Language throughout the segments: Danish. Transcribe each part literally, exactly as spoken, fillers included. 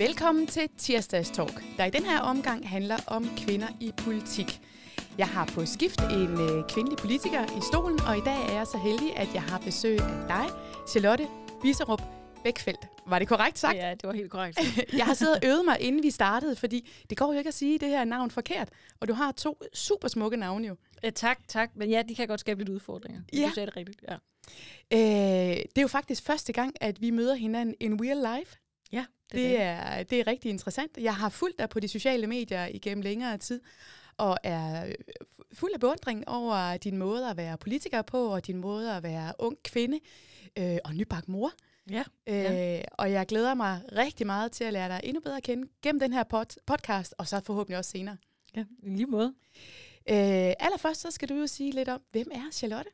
Velkommen til Tirsdags Talk, der i den her omgang handler om kvinder i politik. Jeg har på skift en øh, kvindelig politiker i stolen, og i dag er jeg så heldig, at jeg har besøg af dig, Charlotte Bisserup Bækfeldt. Var det korrekt sagt? Ja, det var helt korrekt. Jeg har siddet og øvet mig, inden vi startede, fordi det går jo ikke at sige det her navn forkert. Og du har to super smukke navne jo. Ja, tak, tak. Men ja, de kan godt skabe lidt udfordringer. Ja. Du sagde det rigtigt, ja. Øh, det er jo faktisk første gang, at vi møder hinanden in real life. Ja, det, Det er, det er rigtig interessant. Jeg har fulgt dig på de sociale medier igennem længere tid, og er fuld af beundring over din måde at være politiker på, og din måde at være ung kvinde øh, og nybagt mor. Ja, Øh, ja. Og jeg glæder mig rigtig meget til at lære dig endnu bedre at kende gennem den her pod- podcast, og så forhåbentlig også senere. Ja, i lige måde. Øh, allerførst så skal du jo sige lidt om, hvem er Charlotte?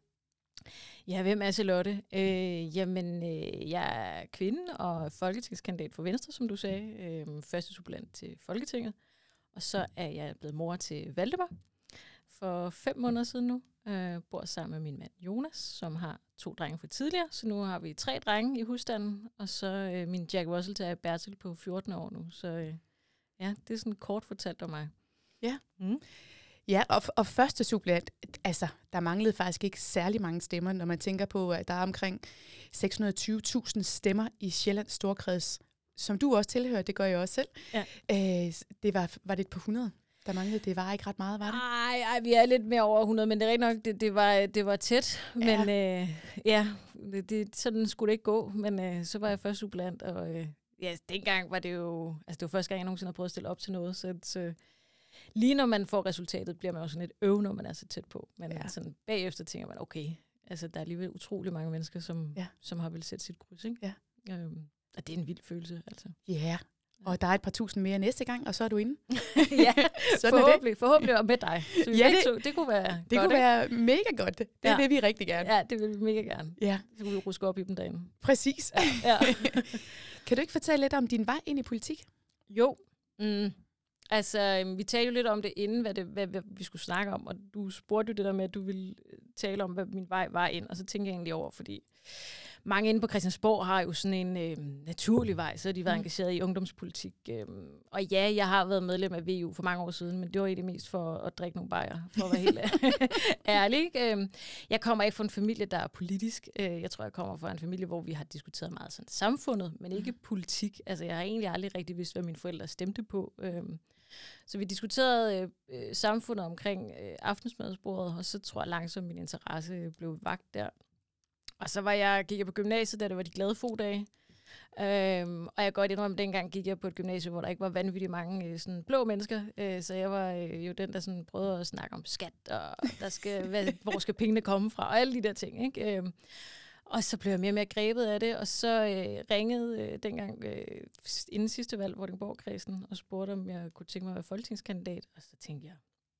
Ja, hvem er Charlotte? Øh, jamen, øh, jeg er kvinde og folketingskandidat for Venstre, som du sagde. Øh, første suppleant til Folketinget. Og så er jeg blevet mor til Valdemar for fem måneder siden nu. Øh, bor sammen med min mand Jonas, som har to drenge for tidligere. Så nu har vi tre drenge i husstanden. Og så øh, min Jack Russell til Bertil på fjorten år nu. Så øh, ja, det er sådan kort fortalt om mig. Ja. Mm. Ja, og, og første suppleant, altså, der manglede faktisk ikke særlig mange stemmer, når man tænker på, at der er omkring seks hundrede og tyve tusind stemmer i Sjællands Storkreds, som du også tilhører, det gør jeg også selv. Ja. Øh, det var, var det et par hundrede, der manglede? Det var ikke ret meget, var det? Ej, ej, vi er lidt mere over hundrede, men det er rigtigt nok, det, det, var, det var tæt. Men ja, øh, ja det, det, sådan skulle det ikke gå. Men øh, så var jeg først suppleant, og øh, ja, dengang var det jo, altså det var første gang, jeg nogensinde har prøvet at stille op til noget, så, så lige når man får resultatet, bliver man jo sådan lidt øv, når man er så tæt på. Men ja, sådan bagefter tænker man, okay, altså der er alligevel utrolig mange mennesker, som, ja, som har vel sætte sit kryds, ikke? Ja. Øhm, og det er en vild følelse, altså. Ja, yeah. Og der er et par tusind mere næste gang, og så er du inde. Ja, sådan forhåbentlig, er det. forhåbentlig og med dig. Så ja, det, to, det kunne være det godt, kunne være mega godt. Det ja, vil vi rigtig gerne. Ja, det vil vi mega gerne. Ja. Så kunne vi ruske op i dem derinde. Præcis. Ja, ja. Kan du ikke fortælle lidt om din vej ind i politik? Jo. Mm. Altså, vi talte jo lidt om det inden, hvad, det, hvad, hvad vi skulle snakke om, og du spurgte jo det der med, at du ville tale om, hvad min vej var ind, og så tænkte jeg egentlig over, fordi mange inde på Christiansborg har jo sådan en øh, naturlig vej, så har de været mm. engageret i ungdomspolitik. Øh, og ja, jeg har været medlem af V U for mange år siden, men det var egentlig mest for at drikke nogle bajer, for at være helt ærlig. Øh, jeg kommer ikke fra en familie, der er politisk. Øh, jeg tror, jeg kommer fra en familie, hvor vi har diskuteret meget sådan samfundet, men ikke mm. politik. Altså, jeg har egentlig aldrig rigtig vidst, hvad mine forældre stemte på. Øh, så vi diskuterede øh, samfundet omkring øh, aftensmadsbordet, og så tror jeg langsomt, min interesse blev vakt der. Og så var jeg, gik jeg på gymnasiet, da det var de glade få-dage. Øhm, og jeg går godt indrømme, at dengang gik jeg på et gymnasium, hvor der ikke var vanvittigt mange øh, sådan blå mennesker. Øh, så jeg var øh, jo den, der sådan prøvede at snakke om skat, og der skal, hvad, hvor skal pengene komme fra, og alle de der ting. Ikke? Øhm, og så blev jeg mere og mere grebet af det, og så øh, ringede øh, dengang øh, inden sidste valg, Vordingborg-kredsen, og spurgte, om jeg kunne tænke mig at være folketingskandidat. Og så tænkte jeg,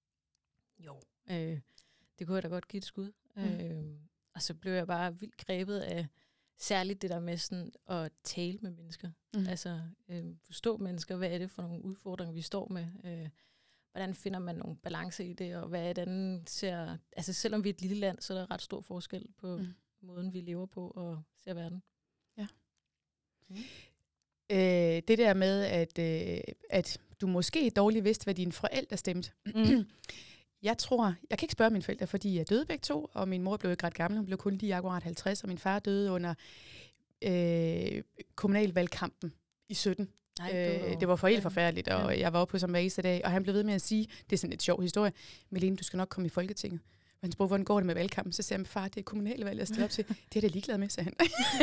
jo, øh, det kunne jeg da godt give et skud. Mm. Øh, Og så blev jeg bare vildt grebet af særligt det der med sådan at tale med mennesker. Mm. Altså øh, forstå mennesker, hvad er det for nogle udfordringer, vi står med? Øh, hvordan finder man nogle balancer i det, og hvad er den ser... Altså selvom vi er et lille land, så er der ret stor forskel på mm. måden, vi lever på og ser verden. Ja. Mm. Øh, det der med, at, øh, at du måske dårligt vidste, hvad dine forældre stemte. Mm. Jeg tror, jeg kan ikke spørge mine forældre, fordi jeg døde begge to, og min mor blev ikke ret gammel, hun blev kun lige akkurat halvtreds, og min far døde under øh, kommunalvalgkampen i sytten. Nej, det, var, øh, det var for helt forfærdeligt, og ja. Jeg var oppe på som hver eneste dag, og han blev ved med at sige, det er sådan et sjov historie, Melene, du skal nok komme i Folketinget. Og han spurgte, hvordan går det med valgkampen? Så siger han, far, det er kommunalvalg, jeg stiller op til. Det er det ligeglad med, sagde han.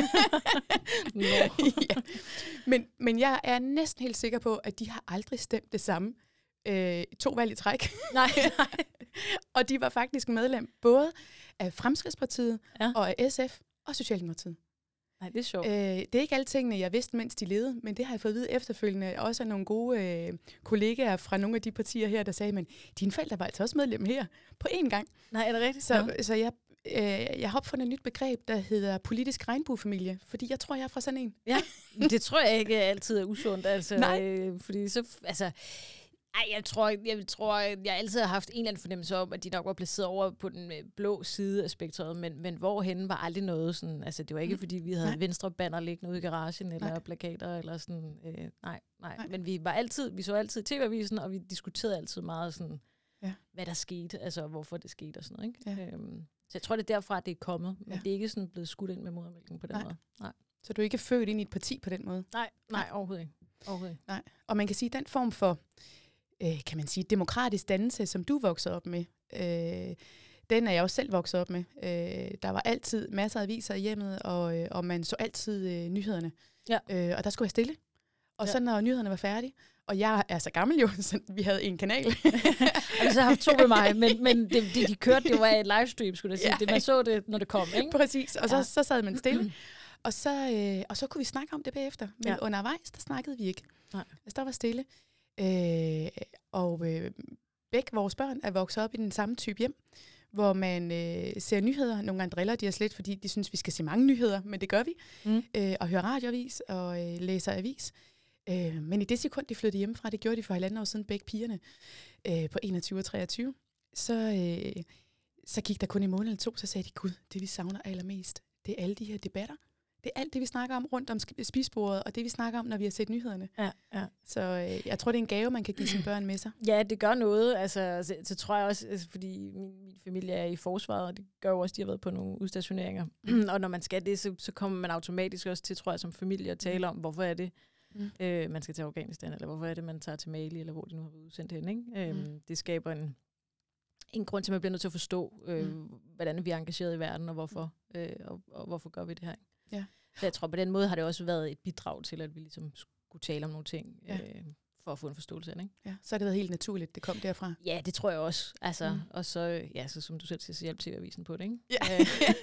no. ja. men, men jeg er næsten helt sikker på, at de har aldrig stemt det samme. Øh, to valg i træk. Nej, nej. Og de var faktisk medlem både af Fremskridtspartiet ja. og af S F og Socialdemokratiet. Nej, det er sjovt. Øh, det er ikke alle tingene, jeg vidste, mens de levede, men det har jeg fået at vide efterfølgende. Også af nogle gode øh, kollegaer fra nogle af de partier her, der sagde, men dine forældre var altså også medlem her på én gang. Nej, er det rigtigt? Så, ja. så jeg, øh, jeg har opfundet et nyt begreb, der hedder politisk regnbuefamilie, fordi jeg tror, jeg er fra sådan en. Ja, det tror jeg ikke altid er usundt. Altså, Nej. Øh, fordi så, altså... Ej, jeg tror, jeg tror, jeg altid har haft en eller anden fornemmelse om, at de nok var placeret over på den blå side af spektret, men, men hvorhenne var aldrig noget sådan, altså det var ikke, mm. fordi vi havde nej. Venstre banner liggende ude i garagen, eller nej. Plakater, eller sådan, øh, nej, nej, nej, men vi var altid, vi så altid T V-avisen, og vi diskuterede altid meget sådan, ja. Hvad der skete, altså hvorfor det skete og sådan noget, ikke? Ja. Øhm, så jeg tror, det er derfra, det er kommet, men ja. Det er ikke sådan blevet skudt ind med modermælken på den nej. Måde. Nej. Så du er ikke født ind i et parti på den måde? Nej, nej, overhovedet ikke. Overhovedet ikke. Nej. Og man kan sige, den form for Øh, kan man sige, demokratisk dannelse, som du voksede op med, øh, den er jeg også selv vokset op med. Øh, der var altid masser af aviser i hjemmet, og, øh, og man så altid øh, nyhederne. Ja. Øh, og der skulle jeg stille. Og ja. Så når nyhederne var færdige, og jeg er så gammel jo, så vi havde en kanal. Og så har haft to med mig, men, men det, det, de kørte, det var et livestream, skulle jeg sige. Ja. Det, man så det, når det kom, ikke? Præcis, og så, ja. så sad man stille. Og så, øh, og så kunne vi snakke om det bagefter. Men ja. Undervejs, der snakkede vi ikke. Nej. Altså, der var stille. Øh, og øh, begge vores børn er vokset op i den samme type hjem, hvor man øh, ser nyheder. Nogle gange driller de os lidt, fordi de synes, vi skal se mange nyheder, men det gør vi. Mm. Øh, og hører radioavis og øh, læser avis. Øh, men i det sekund, de flyttede hjemmefra, det gjorde de for halvanden år siden, begge pigerne, øh, på enogtyve og treogtyve, så, øh, så gik der kun en måned eller to, så sagde de, gud, det vi savner allermest, det er alle de her debatter. Det er alt det, vi snakker om rundt om spisbordet, og det, vi snakker om, når vi har set nyhederne. Ja, ja. Så øh, jeg tror, det er en gave, man kan give sine børn med sig. Ja, det gør noget. Altså, så, så tror jeg også, altså, fordi min, min familie er i forsvaret, og det gør jo også, de har været på nogle udstationeringer. og når man skal det, så, så kommer man automatisk også til, tror jeg, som familie at tale om, hvorfor er det, mm. øh, man skal til Afghanistan, eller hvorfor er det, man tager til Mali, eller hvor de nu har været udsendt hen. Ikke? Mm. Øhm, det skaber en, en grund til, at man bliver nødt til at forstå, øh, mm. hvordan vi er engageret i verden, og hvorfor, øh, og, og hvorfor gør vi det her. Ja. Så jeg tror, på den måde har det også været et bidrag til, at vi ligesom skulle tale om nogle ting, ja. øh, for at få en forståelse af det. Ikke? Ja, så har det været helt naturligt, det kom derfra. Ja, det tror jeg også. Altså, mm. Og så, ja, så som du selv siger, så hjælp T V-avisen på det, ikke? Ja.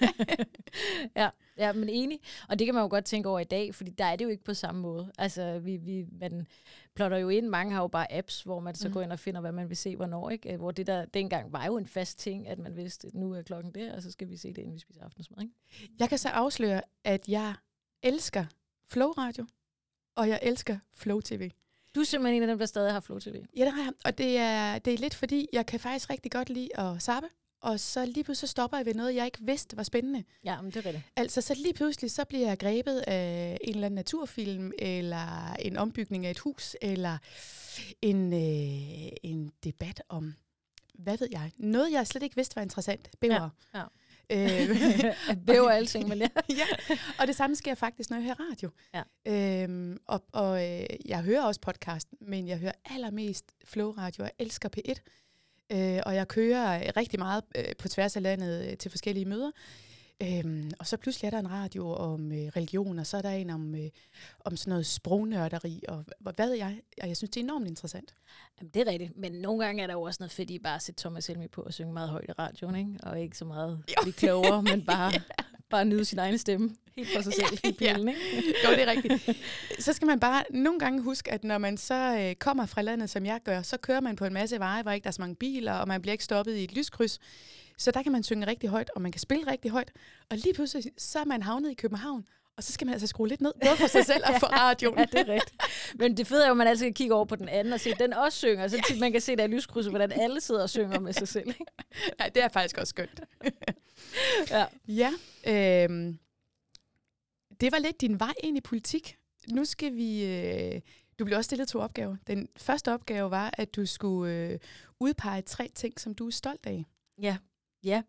ja, ja, men enig. Og det kan man jo godt tænke over i dag, fordi der er det jo ikke på samme måde. Altså, vi, vi, man plotter jo ind, mange har jo bare apps, hvor man så mm. går ind og finder, hvad man vil se, hvornår, ikke? Hvor det der dengang var jo en fast ting, at man vidste, at nu er klokken der, og så skal vi se det, inden vi spiser aftensmad, ikke? Jeg kan så afsløre, at jeg elsker Flow Radio, og jeg elsker Flow T V. Du er simpelthen en af dem, der stadig har Flow T V. Ja, det har jeg. Og det er, det er lidt fordi, jeg kan faktisk rigtig godt lide at zappe, og så lige pludselig så stopper jeg ved noget, jeg ikke vidste var spændende. Ja, men det er rigtigt. Altså, så lige pludselig så bliver jeg grebet af en eller anden naturfilm, eller en ombygning af et hus, eller en, øh, en debat om, hvad ved jeg, noget jeg slet ikke vidste var interessant. Bæver. Ja, ja. Bæver alting, men ja. ja. Og det samme sker faktisk, når jeg hører radio. Ja. Øhm, og og øh, jeg hører også podcasten, men jeg hører allermest Flow Radio. Jeg elsker P et. Øh, og jeg kører rigtig meget øh, på tværs af landet øh, til forskellige møder. Øhm, og så pludselig er der en radio om øh, religion, og så er der en om, øh, om sådan noget sprognørderi, og hvad ved jeg? Og jeg synes, det er enormt interessant. Jamen, det er rigtigt, men nogle gange er der jo også noget fedt i bare at sætte Thomas Helmig på og synge meget højt i radioen, ikke? Og ikke så meget blive klogere, men bare, bare nyde sin egen stemme. Helt for sig selv i bilen, ikke? Jo, det er rigtigt. Så skal man bare nogle gange huske, at når man så øh, kommer fra landet, som jeg gør, så kører man på en masse veje, hvor ikke der er så mange biler, og man bliver ikke stoppet i et lyskryds. Så der kan man synge rigtig højt, og man kan spille rigtig højt. Og lige pludselig, så er man havnet i København, og så skal man altså skrue lidt ned, både for sig selv og for radioen. Ja, det er rigtigt. Men det fede er jo, at man altid kan kigge over på den anden og se, at den også synger. Så tit man kan se der i lyskrydset, hvordan alle sidder og synger med sig selv. Ikke? Ja, det er faktisk også skønt. ja. Ja, øh, det var lidt din vej ind i politik. Nu skal vi... Øh, du blev også stillet to opgaver. Den første opgave var, at du skulle øh, udpege tre ting, som du er stolt af. Ja, ja.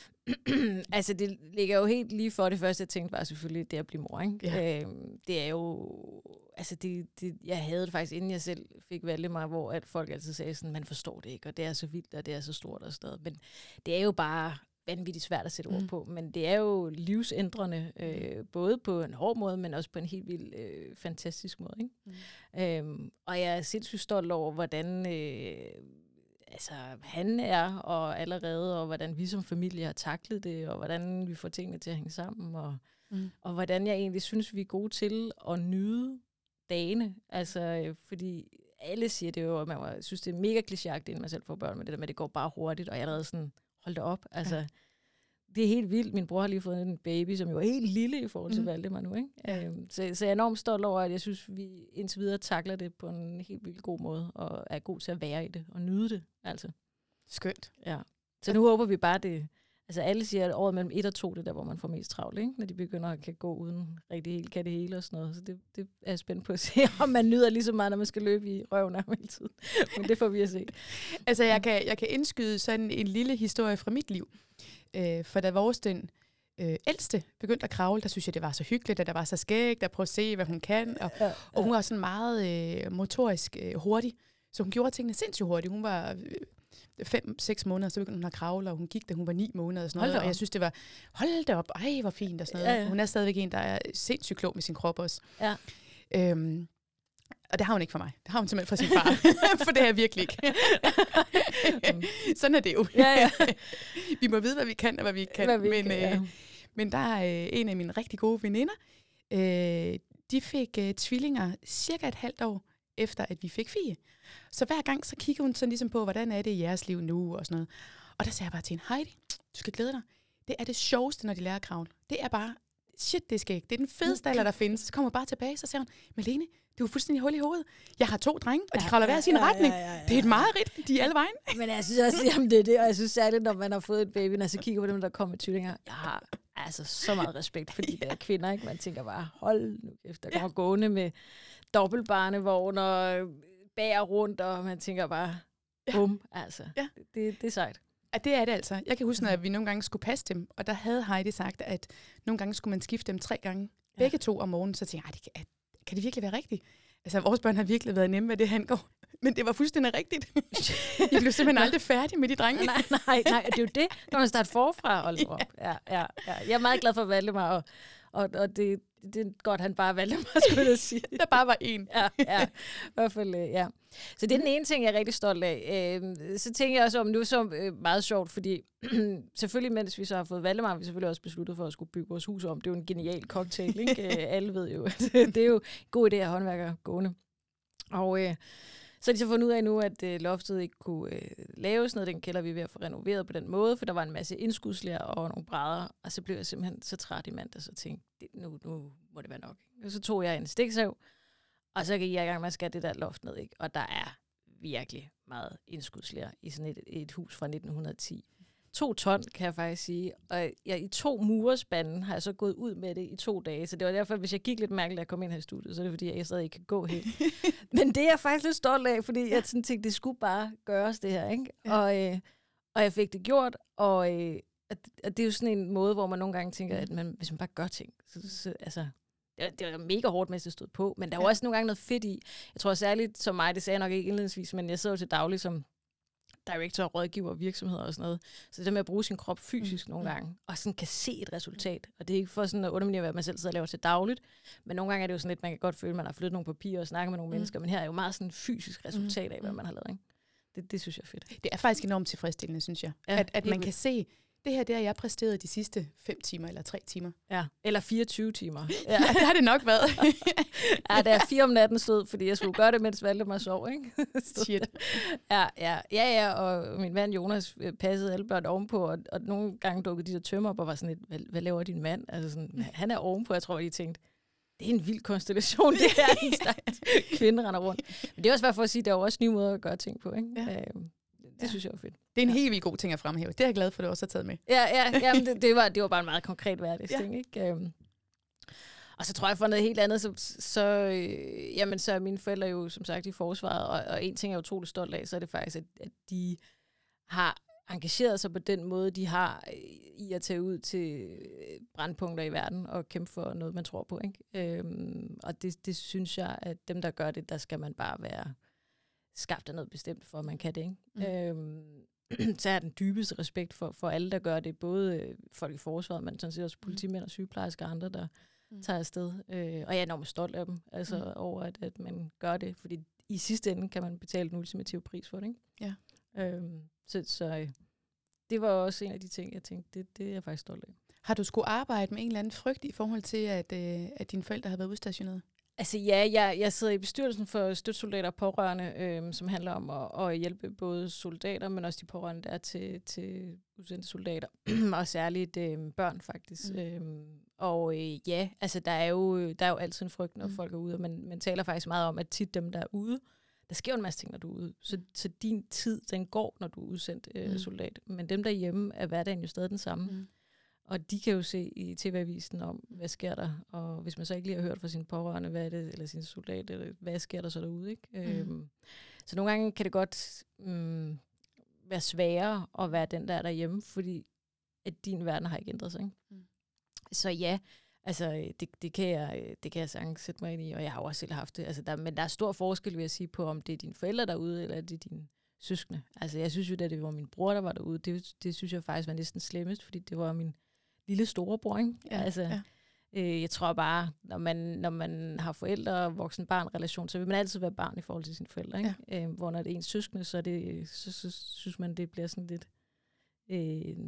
altså, det ligger jo helt lige for det første, jeg tænkte, var selvfølgelig det at blive mor, ikke? Ja. Øhm, det er jo... Altså, det, det, jeg havde det faktisk, inden jeg selv fik valgt mig, hvor at folk altid sagde sådan, man forstår det ikke, og det er så vildt, og det er så stort og sådan noget. Men det er jo bare vanvittigt svært at sætte ord mm. på, men det er jo livsændrende, øh, både på en hård måde, men også på en helt vild, øh, fantastisk måde, ikke? Mm. Øhm, og jeg er sindssygt stolt over, hvordan... Øh, altså, han er, og allerede, og hvordan vi som familie har taklet det, og hvordan vi får tingene til at hænge sammen, og, mm. og hvordan jeg egentlig synes, vi er gode til at nyde dagene. Altså, fordi alle siger det jo, og man synes, det er mega klichéagtigt, inden man selv får børn med det der med, at det går bare hurtigt, og jeg er allerede sådan, hold da op. Altså, ja. det er helt vildt. Min bror har lige fået en baby, som jo er helt lille i forhold til mm. Valdemar nu. Ikke? Ja. Øhm, så, så jeg er enormt stolt over, at jeg synes, vi indtil videre takler det på en helt vildt god måde, og er god til at være i det, og nyde det. Altså. Skønt. Ja. Så nu håber vi bare, det... Altså alle siger, at året mellem et og to, det er der, hvor man får mest travlt, ikke? Når de begynder at kan gå uden rigtig helt, kan det hele og sådan noget. Så det, det er jeg spændt på at se, om man nyder lige så meget, når man skal løbe i røven af hele tiden. Men det får vi at se. Altså jeg kan, jeg kan indskyde sådan en lille historie fra mit liv. Øh, for da vores den øh, ældste begyndte at kravle, der synes jeg, det var så hyggeligt, at der var så skægt, at prøve at se, hvad hun kan. Og, ja, ja. og hun var sådan meget øh, motorisk øh, hurtig. Så hun gjorde tingene sindssygt hurtigt. Hun var... Øh, fem, seks måneder, så begyndte hun at kravle, og hun gik, da hun var ni måneder og sådan noget, og jeg synes, det var, hold da op, ej, hvor fint og sådan noget. Ja, ja. Hun er stadigvæk en, der er sindssygt klog med sin krop også. Ja. Øhm, og det har hun ikke for mig. Det har hun simpelthen fra sin far, for det er jeg virkelig ikke. Sådan er det jo. Ja, ja. Vi må vide, hvad vi kan, og hvad vi ikke kan. Hvad vi men, kan, ja. øh, men der er øh, en af mine rigtig gode veninder, øh, de fik øh, tvillinger cirka et halvt år efter, at vi fik Fie. Så hver gang, så kigger hun sådan ligesom på, hvordan er det i jeres liv nu, og sådan noget. Og der sagde jeg bare til hende, Heidi, du skal glæde dig. Det er det sjoveste, når de lærer at kravle. Det er bare, shit, det skal ikke. Det er den fedeste alder, der findes. Så kommer hun bare tilbage, så siger hun, Malene, du er fuldstændig hul i hovedet. Jeg har to drenge, og de kravler ja, hver sin ja, retning. Ja, ja, ja, ja. Det er et mareridt, de er alle vejen. Men jeg synes også, jamen, det er det, og jeg synes særligt, når man har fået et baby, når jeg så kigger på dem, der kommer med tvillinger, jeg har altså så meget respekt for de der kvinder, ikke? Man tænker bare, hold nu kæft, der kommer ja. gående med dobbeltbarnevogn og bærer rundt, og man tænker bare, bum, ja. altså, ja. det, det er sejt. Ja, det er det altså. Jeg kan huske, når vi nogle gange skulle passe dem, og der havde Heidi sagt, at nogle gange skulle man skifte dem tre gange, ja. begge to om morgenen, så tænkte jeg, kan, kan det virkelig være rigtigt? Altså, vores børn har virkelig været nemme, hvad det angår. Men det var fuldstændig rigtigt. Jeg blev simpelthen aldrig færdig med de drenge. nej, nej, nej, det er jo det, når man starter forfra. Hold op. Ja, ja, ja. Jeg er meget glad for Valdemar, og, og, og det, det er godt, han bare valgte mig, skulle jeg sige. Der bare var en. ja, ja, i hvert fald, ja. Så det er den ene ting, jeg er rigtig stolt af. Øh, så tænker jeg også om, nu er så øh, meget sjovt, fordi selvfølgelig, mens vi så har fået Valdemar, har vi selvfølgelig også besluttet for at skulle bygge vores hus om. Det er jo en genial cocktail, ikke? Alle ved jo, at det er jo en god idé at håndværkere gående. Og øh, så har de så fundet ud af nu, at øh, loftet ikke kunne øh, laves noget. Den kælder vi ved at få renoveret på den måde, for der var en masse indskudsler og nogle brædder. Og så blev jeg simpelthen så træt i mandags og tænkte, nu, nu må det være nok. Og så tog jeg en stiksav, og så gik jeg i gang med at skære det der loft ned. Ikke? Og der er virkelig meget indskudsler i sådan et, et hus fra nitten ti. To ton, kan jeg faktisk sige. Og jeg, i to murespanden har jeg så gået ud med det i to dage. Så det var derfor, hvis jeg gik lidt mærkeligt, at jeg kom ind her i studiet, så er det fordi, jeg stadig ikke kan gå helt. Men det er jeg faktisk lidt stolt af, fordi jeg sådan tænkte, det skulle bare gøres det her. Ikke? Ja. Og, øh, og jeg fik det gjort, og, øh, og det er jo sådan en måde, hvor man nogle gange tænker, at man, hvis man bare gør ting, så, så altså... Det var mega hårdt, mens det stod på, men der var ja. også nogle gange noget fedt i. Jeg tror særligt, som mig, det sagde jeg nok ikke indledningsvis, men jeg sidder jo til daglig som director, rådgiver og virksomheder og sådan noget. Så det der med at bruge sin krop fysisk mm. nogle gange, og sådan kan se et resultat. Og det er ikke for sådan at underminere, hvad man selv sidder og laver til dagligt, men nogle gange er det jo sådan lidt, man kan godt føle, at man har flyttet nogle papirer og snakket med nogle mm. mennesker, men her er jo meget sådan et fysisk resultat af, hvad man har lavet. Ikke? Det, det synes jeg er fedt. Det er faktisk enormt tilfredsstillende, synes jeg. Ja, at at man kan se, det her, det har jeg præsteret de sidste fem timer eller tre timer. Ja, eller fireogtyve timer. Ja, ja det har det nok været. ja, det er fire om natten stod, fordi jeg skulle gøre det, mens Valdemar sov, ikke? Shit. Ja, ja, ja, ja, og min mand Jonas passede alle børn ovenpå, og, og nogle gange dukkede de der tømmer op og var sådan lidt, hvad, hvad laver din mand? Altså sådan, han er ovenpå, jeg tror, de tænkte, det er en vild konstellation, det her, en slags kvinde render rundt. Men det er også bare for at sige, at der er også nye måder at gøre ting på, ikke? Ja. Øhm, Det ja. synes jeg var fedt. Det er en ja. helt vildt god ting at fremhæve. Det er jeg glad for, at du også har taget med. Ja, ja, jamen, det, det, var, det var bare en meget konkret hverdagsting. Ja. Ikke? Øhm. Og så tror jeg for noget helt andet, så, så, øh, jamen, så er mine forældre jo som sagt i forsvaret, og, og en ting, jeg er utrolig stolt af, så er det faktisk, at, at de har engageret sig på den måde, de har i at tage ud til brandpunkter i verden og kæmpe for noget, man tror på. Ikke? Øhm, og det, det synes jeg, at dem, der gør det, der skal man bare være skabt af noget bestemt, for at man kan det. Ikke? Mm. Øhm, så er den dybeste respekt for, for alle, der gør det. Både folk i forsvaret, men sådan set også politimænd og sygeplejersker og andre, der mm. tager afsted. Øh, og jeg er enormt stolt af dem, altså mm. over, at, at man gør det. Fordi i sidste ende kan man betale den ultimative pris for det. Ikke? Ja. Øhm, så så det var også en af de ting, jeg tænkte, det, det er jeg faktisk stolt af. Har du skulle arbejde med en eller anden frygt i forhold til, at, øh, at dine forældre har været udstationeret? Altså ja, jeg, jeg sidder i bestyrelsen for støtsoldater og pårørende, øh, som handler om at, at hjælpe både soldater, men også de pårørende, der er til, til udsendte soldater, og særligt øh, børn faktisk. Mm. Øhm, og øh, ja, altså der er, jo, der er jo altid en frygt, når mm. folk er ude, og man, man taler faktisk meget om, at tit dem, der er ude, der sker jo en masse ting, når du er ude. Så, så din tid, den går, når du er udsendt øh, mm. soldat. Men dem derhjemme er hverdagen jo stadig den samme. Mm. Og de kan jo se i T V-avisen om, hvad sker der, og hvis man så ikke lige har hørt fra sine pårørende, hvad er det, eller sin soldat, eller hvad sker der så derude, ikke? Mm. Øhm, så nogle gange kan det godt mm, være sværere at være den, der er derhjemme, fordi at din verden har ikke ændret sig, ikke? Mm. Så ja, altså det, det, kan jeg, det kan jeg sagtens sætte mig ind i, og jeg har også selv haft det. Altså, der, men der er stor forskel, vil jeg sige, på om det er dine forældre derude, eller det er dine søskende. Altså jeg synes jo, at det var min bror, der var derude, det, det synes jeg faktisk var næsten slemmest, fordi det var min lille storebror, ikke? Ja, altså, ja. Øh, jeg tror bare, når man, når man har forældre og voksen-barn-relation, så vil man altid være barn i forhold til sine forældre, ikke? Ja. Øh, hvor når det er ens søskende, så, er det, så, så synes man, det bliver sådan lidt øh,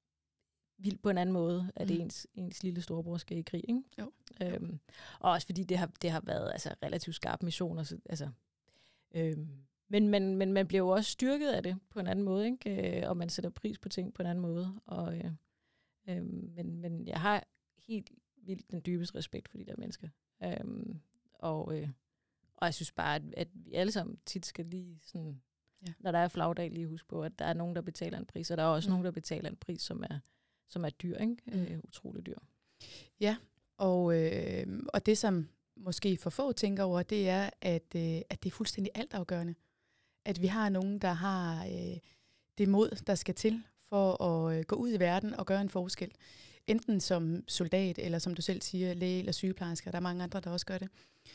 vildt på en anden måde, at mm. ens, ens lille storebror skal i krig, ikke? Jo. Øhm, og også fordi det har, det har været altså, relativt skarpe missioner. Så, altså, øhm, men, men, men man bliver jo også styrket af det på en anden måde, ikke? Og man sætter pris på ting på en anden måde. Og, øh, øh, men, men jeg har helt vildt den dybeste respekt for de der mennesker. Øhm, og, øh, og jeg synes bare, at, at vi alle sammen tit skal lige sådan, ja. Når der er flagdag, lige huske på, at der er nogen, der betaler en pris, og der er også mm. nogen, der betaler en pris, som er, som er dyr, ikke? Mm. Øh, utrolig dyr. Ja, og, øh, og det, som måske for få tænker over, det er, at, øh, at det er fuldstændig altafgørende. At vi har nogen, der har øh, det mod, der skal til for at øh, gå ud i verden og gøre en forskel. Enten som soldat, eller som du selv siger, læge eller sygeplejersker. Der er mange andre, der også gør det.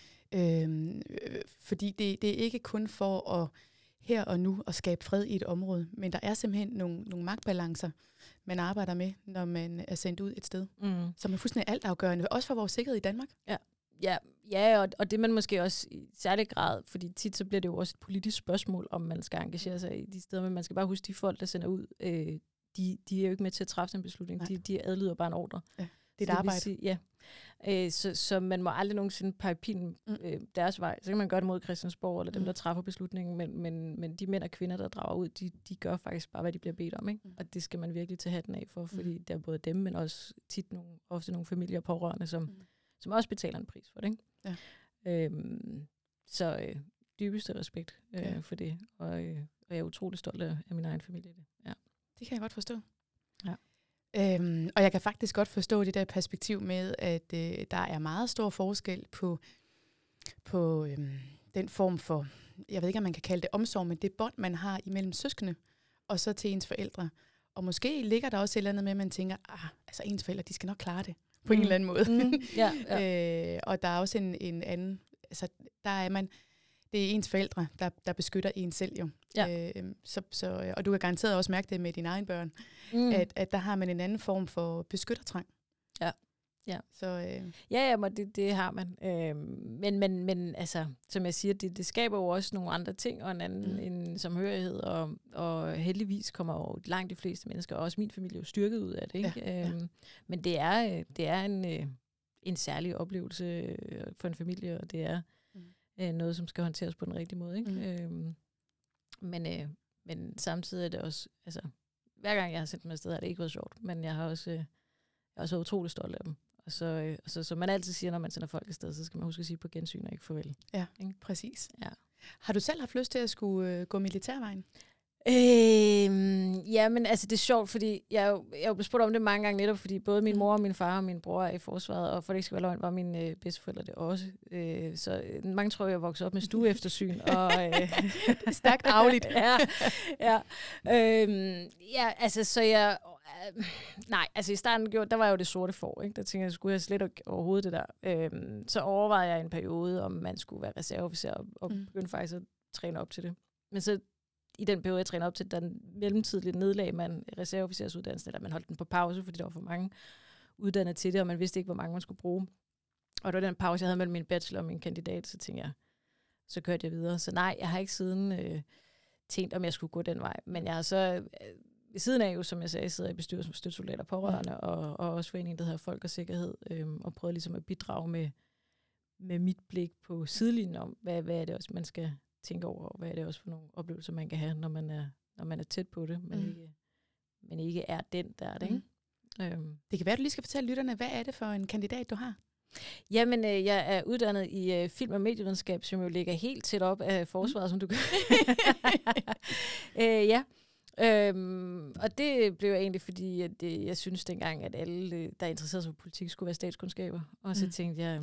Øh, fordi det, det er ikke kun for at her og nu at skabe fred i et område, men der er simpelthen nogle, nogle magtbalancer, man arbejder med, når man er sendt ud et sted, mm. som er fuldstændig altafgørende, også for vores sikkerhed i Danmark. Ja, ja, ja og, og det man måske også i særlig grad, fordi tit så bliver det jo også et politisk spørgsmål, om man skal engagere sig i de steder, men man skal bare huske, de folk, der sender ud, øh, de, de er jo ikke med til at træffe en beslutning, de, de adlyder bare en ordre. Ja, det er et arbejde. Sige, ja. Øh, så, så man må aldrig nogensinde pege pilen øh, deres vej. Så kan man gøre det mod Christiansborg, eller dem, mm. der træffer beslutningen, men, men, men de mænd og kvinder, der drager ud, de, de gør faktisk bare, hvad de bliver bedt om, ikke? Mm. Og det skal man virkelig tage hatten af for, fordi mm. der er både dem, men også tit nogle, ofte nogle familier og pårørende, som, mm. som også betaler en pris for det, ikke? Ja. Øhm, så øh, dybeste respekt øh, ja. for det, og, øh, og jeg er utrolig stolt af, af min egen familie. Det. Ja. Det kan jeg godt forstå. Ja. Øhm, og jeg kan faktisk godt forstå det der perspektiv med, at øh, der er meget stor forskel på, på øhm, den form for, jeg ved ikke, om man kan kalde det omsorg, men det bånd, man har imellem søskende, og så til ens forældre. Og måske ligger der også et eller andet med, at man tænker, ah, altså ens forældre, de skal nok klare det, på mm. en eller anden måde. Mm. Ja, ja. øh, og der er også en, en anden, altså der er man, det er ens forældre, der, der beskytter en selv jo. Ja. Øh, så, så, og du kan garanteret også mærke det med dine egne børn, mm. at, at der har man en anden form for beskyttertrang. Ja. Ja, så, øh. ja, ja men det, det har man. Øh, men, men, men altså, som jeg siger, det, det skaber jo også nogle andre ting, og en anden mm. en samhørighed, og, og heldigvis kommer jo langt de fleste mennesker, og også min familie, jo styrket ud af det. Ikke? Ja, ja. Øh, men det er, det er en, en særlig oplevelse for en familie, og det er mm. noget, som skal håndteres på den rigtige måde. Ikke? Mm. Øh, men, øh, men samtidig er det også, altså, hver gang jeg har sendt mig afsted, har det ikke været sjovt, men jeg har også, jeg er også utrolig stolt af dem. Og så, øh, og så, som man altid siger, når man sender folk afsted, så skal man huske at sige på gensyn og ikke farvel. Ja, ikke? Præcis. Ja. Har du selv haft lyst til at skulle øh, gå militærvejen? Øh, ja, men altså det er sjovt, fordi jeg jo, jeg jo blevet spurgt om det mange gange netop, fordi både min mor og min far og min bror er i forsvaret, og for det ikke skal være løgn, var mine øh, bedsteforældre det også. Øh, så øh, mange tror, jeg voksede op med stueeftersyn. og, øh, det er stærkt arveligt. ja, ja. Øh, ja, altså så jeg... Øh, nej, altså i starten gjorde, der var jo det sorte får, ikke? Der tænkte jeg, skulle jeg slet ikke overhovedet det der. Øh, så overvejede jeg en periode, om man skulle være reserveofficer, og, og mm. begyndte faktisk at træne op til det. Men så i den periode, jeg trænede op til, der mellemtidligt nedlagde man reserveofficersuddannelsen, eller man holdt den på pause, fordi der var for mange uddannet til det, og man vidste ikke, hvor mange man skulle bruge. Og det var den pause, jeg havde mellem min bachelor og min kandidat, så tænkte jeg, så kørte jeg videre. Så nej, jeg har ikke siden øh, tænkt, om jeg skulle gå den vej. Men jeg har så, øh, ved siden af jo, som jeg sagde, sidder i bestyrelsen for støtsoldater og pårørende, mm. og, og også foreningen, der hedder Folk og Sikkerhed, øh, og prøvet ligesom at bidrage med, med mit blik på sidelinjen om, hvad, hvad er det også, man skal tænke over, og hvad er det også for nogle oplevelser, man kan have, når man er, når man er tæt på det, men, mm. ikke, men ikke er den, der er det. Mm. Ikke? Øhm. Det kan være, at du lige skal fortælle lytterne, hvad er det for en kandidat, du har? Jamen, øh, jeg er uddannet i øh, film- og medievidenskab, som jo ligger helt tæt op af forsvaret, mm. som du kan. øh, ja. Øhm, og det blev egentlig, fordi at det, jeg synes dengang, at alle, der interesserede sig for politik, skulle være statskundskaber. Og så mm. tænkte jeg,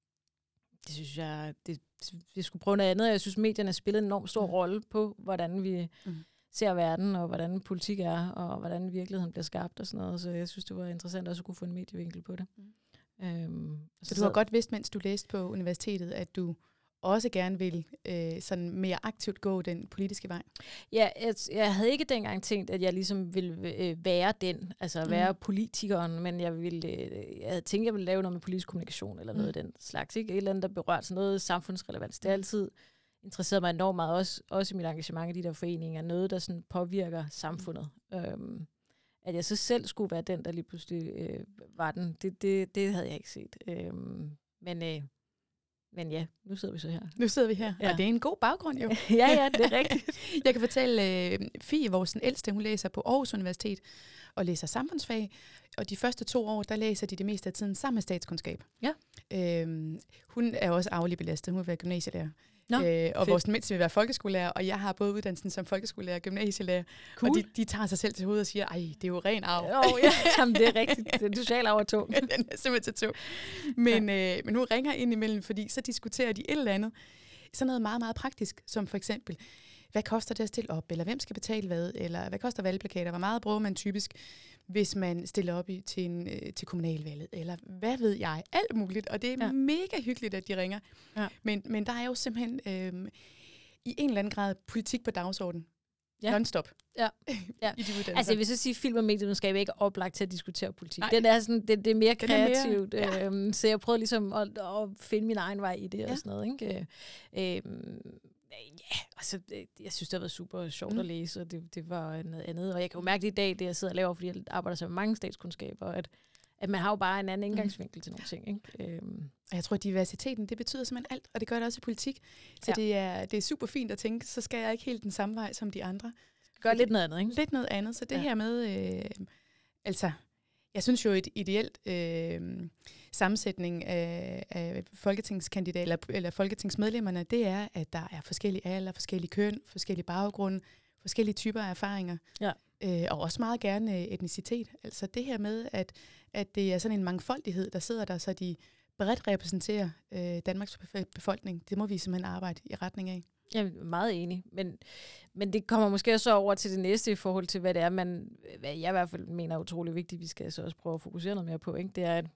det synes jeg, det, vi skulle prøve noget andet. Jeg synes, medierne spillede en enormt stor mm. rolle på, hvordan vi mm. ser verden, og hvordan politik er, og hvordan virkeligheden bliver skabt og sådan noget. Så jeg synes, det var interessant også at kunne få en medievinkel på det. Mm. Øhm, så, så du har godt vidst, mens du læste på universitetet, at du også gerne vil øh, sådan mere aktivt gå den politiske vej? Ja, jeg, jeg havde ikke dengang tænkt, at jeg ligesom ville øh, være den, altså mm. være politikeren, men jeg ville, øh, jeg havde tænkt, at jeg ville lave noget med politisk kommunikation, eller noget mm. af den slags, ikke? Et eller andet, der berørte sådan noget samfundsrelevans. Det er altid interesseret mig enormt meget, også, også i mit engagement i de der foreninger, noget, der sådan påvirker samfundet. Mm. Øhm, at jeg så selv skulle være den, der lige pludselig øh, var den, det, det, det havde jeg ikke set. Øhm, men... Øh, Men ja, nu sidder vi så her. Nu sidder vi her, ja. Og det er en god baggrund jo. ja, ja, det er rigtigt. Jeg kan fortælle, uh, Fie, vores den ældste, hun læser på Aarhus Universitet og læser samfundsfag. Og de første to år, der læser de det meste af tiden sammen med statskundskab. Ja. Uh, hun er også arveligt belastet. Hun vil være gymnasielærer. Nå, uh, og fedt. vores mindste vil være folkeskolelærer, og jeg har både uddannelsen som folkeskolelærer og gymnasielærer. Cool. Og de, de tager sig selv til hovedet og siger, ej, det er jo ren arv. Oh, ja. Jamen, det er rigtigt. Den sociale arv er tung. Ja, den er simpelthen så tung. Men, ja. øh, men hun ringer ind imellem, fordi så diskuterer de et eller andet. Sådan noget meget, meget praktisk, som for eksempel, hvad koster det at stille op, eller hvem skal betale hvad, eller hvad koster valgplakater, hvor meget bruger man typisk, hvis man stiller op i, til, en, øh, til kommunalvalget, eller hvad ved jeg, alt muligt, og det er ja. mega hyggeligt, at de ringer. Ja. Men, men der er jo simpelthen øh, i en eller anden grad politik på dagsordenen. Ja. Non-stop. Ja. ja. I de uddannelser. Altså jeg vil så sige, at film- og medievidenskab er ikke oplagt til at diskutere politik. Den er sådan, det, det er mere kreativt. Er mere, ja. øhm, så jeg prøvede ligesom at, at finde min egen vej i det ja. og sådan noget. Ikke? Øhm, ja, altså, jeg synes, det har været super sjovt mm. at læse, og det, det var noget andet. Og jeg kan jo mærke det i dag, det jeg sidder og laver, fordi jeg arbejder så med mange statskundskaber, at, at man har jo bare en anden indgangsvinkel mm. til nogle ting. Ikke? Øhm. Og jeg tror, at diversiteten, det betyder simpelthen alt, og det gør det også i politik. Så ja. det, er, det er super fint at tænke, så skal jeg ikke helt den samme vej som de andre. Gør lidt noget andet, ikke? Lidt noget andet. Så det ja. her med, øh, altså, jeg synes jo et ideelt øh, sammensætning af, af folketingskandidater eller, eller folketingsmedlemmerne, det er, at der er forskellige alder, forskellige køn, forskellige baggrunde, forskellige typer af erfaringer. Ja. Øh, og også meget gerne etnicitet. Altså det her med, at, at det er sådan en mangfoldighed, der sidder der, så de bredt repræsenterer øh, Danmarks befolkning. Det må vi simpelthen arbejde i retning af. Jeg er meget enig, men, men det kommer måske så over til det næste i forhold til, hvad det er, man, hvad jeg i hvert fald mener er utrolig vigtigt, vi skal så også prøve at fokusere noget mere på, ikke? Det er, at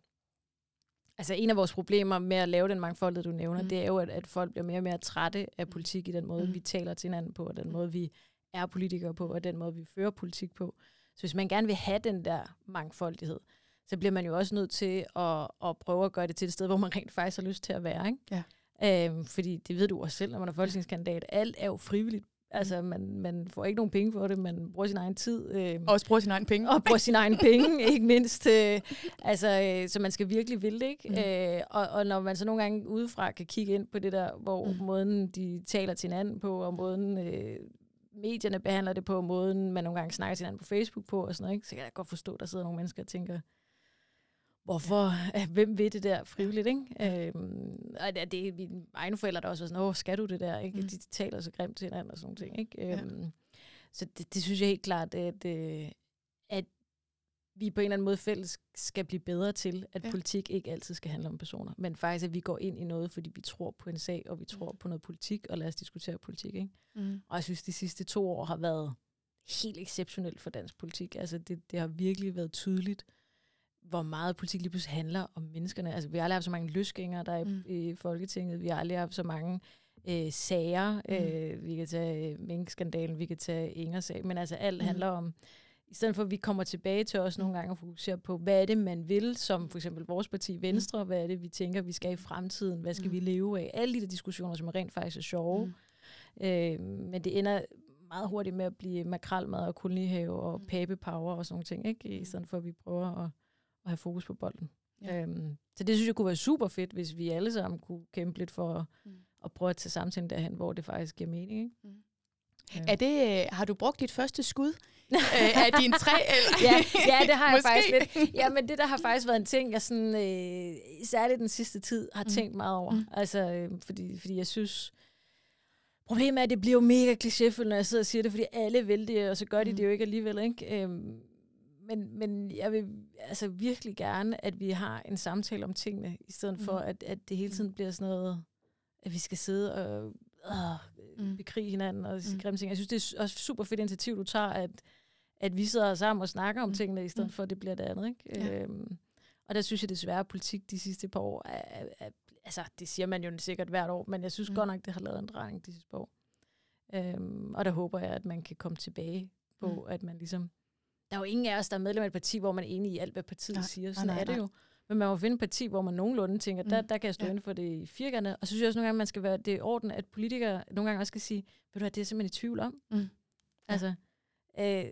altså en af vores problemer med at lave den mangfoldighed, du nævner, mm. det er jo, at, at folk bliver mere og mere trætte af politik i den måde, mm. vi taler til hinanden på, og den måde, vi er politikere på, og den måde, vi fører politik på. Så hvis man gerne vil have den der mangfoldighed, så bliver man jo også nødt til at, at prøve at gøre det til et sted, hvor man rent faktisk har lyst til at være, ikke? Ja. Øhm, fordi det ved du også selv, når man er folketingskandidat. Alt er jo frivilligt. Altså, man, man får ikke nogen penge for det, man bruger sin egen tid. Øh, og også bruger sin egen penge. Og bruger sin egen penge, ikke mindst. Øh, altså, øh, så man skal virkelig ville det, ikke? Mm. Øh, og, og når man så nogle gange udefra kan kigge ind på det der, hvor mm. måden de taler til hinanden på, og måden øh, medierne behandler det på, og måden man nogle gange snakker til hinanden på Facebook på, og sådan noget, ikke? Så kan jeg godt forstå, at der sidder nogle mennesker og tænker, hvorfor? Ja. Hvem ved det der frivilligt, ikke? Ja. Øhm, og det, det er mine egne forældre, der også var sådan, åh, skal du det der, ikke? Mm. De taler så grimt til hinanden og sådan noget, ikke? Ja. Øhm, så det, det synes jeg helt klart, at, at vi på en eller anden måde fælles skal blive bedre til, at ja. politik ikke altid skal handle om personer, men faktisk, at vi går ind i noget, fordi vi tror på en sag, og vi tror mm. på noget politik, og lad os diskutere politik, ikke? Mm. Og jeg synes, de sidste to år har været helt exceptionelt for dansk politik. Altså, det, det har virkelig været tydeligt, hvor meget politik lige pludselig handler om menneskerne. Altså, vi har aldrig haft så mange løsgængere, der er mm. i, i Folketinget. Vi har aldrig haft så mange øh, sager. Mm. Øh, vi kan tage minkskandalen, vi kan tage Inger-sag. Men altså, alt mm. handler om, i stedet for, at vi kommer tilbage til os nogle gange og fokuserer på, hvad er det, man vil, som for eksempel vores parti Venstre, mm. hvad er det, vi tænker, vi skal i fremtiden, hvad skal mm. vi leve af? Alle de der diskussioner, som er rent faktisk er sjove. Mm. Øh, men det ender meget hurtigt med at blive makrelmad og kolonihave og mm. papepower og sådan nogle ting, ikke? I stedet for, at vi prøver at at have fokus på bolden. Ja. Øhm, så det synes jeg kunne være super fedt, hvis vi alle sammen kunne kæmpe lidt for mm. at prøve at tage samtalen derhen, hvor det faktisk giver mening. Ikke? Mm. Ja. Er det, har du brugt dit første skud af dine tre? Eller? ja, ja, det har jeg faktisk lidt. Ja, men det der har faktisk været en ting, jeg sådan, øh, særligt den sidste tid har mm. tænkt meget over. Mm. Altså, øh, fordi, fordi jeg synes, problemet er, at det bliver jo mega klichéfuldt, når jeg sidder og siger det, fordi alle vil det, og så gør de mm. det jo ikke alligevel. Ikke? Øhm, men, men jeg vil altså virkelig gerne, at vi har en samtale om tingene, i stedet for, mm. at, at det hele tiden bliver sådan noget, at vi skal sidde og øh, mm. bekrige hinanden og sige mm. grimme ting. Jeg synes, det er også super fedt initiativ, du tager, at, at vi sidder sammen og snakker om mm. tingene, i stedet mm. for, at det bliver det andet. Ikke? Ja. Øhm, og der synes jeg desværre, at politik de sidste par år, er, er, er, altså det siger man jo sikkert hvert år, men jeg synes mm. godt nok, det har lavet en drejning de sidste par år. Øhm, og der håber jeg, at man kan komme tilbage på, mm. at man ligesom... Der er jo ingen af os, der er medlem af et parti, hvor man er enig i alt, hvad partiet nej, siger. Sådan nej, nej, er det jo. Men man må finde et parti, hvor man nogenlunde tænker, mm. der, der kan jeg stå ja. inden for det i firkanterne. Og så synes jeg også nogle gange, man skal være det i orden, at politikere nogle gange også skal sige, ved du hvad, det er simpelthen i tvivl om. Mm. Ja. Altså, øh,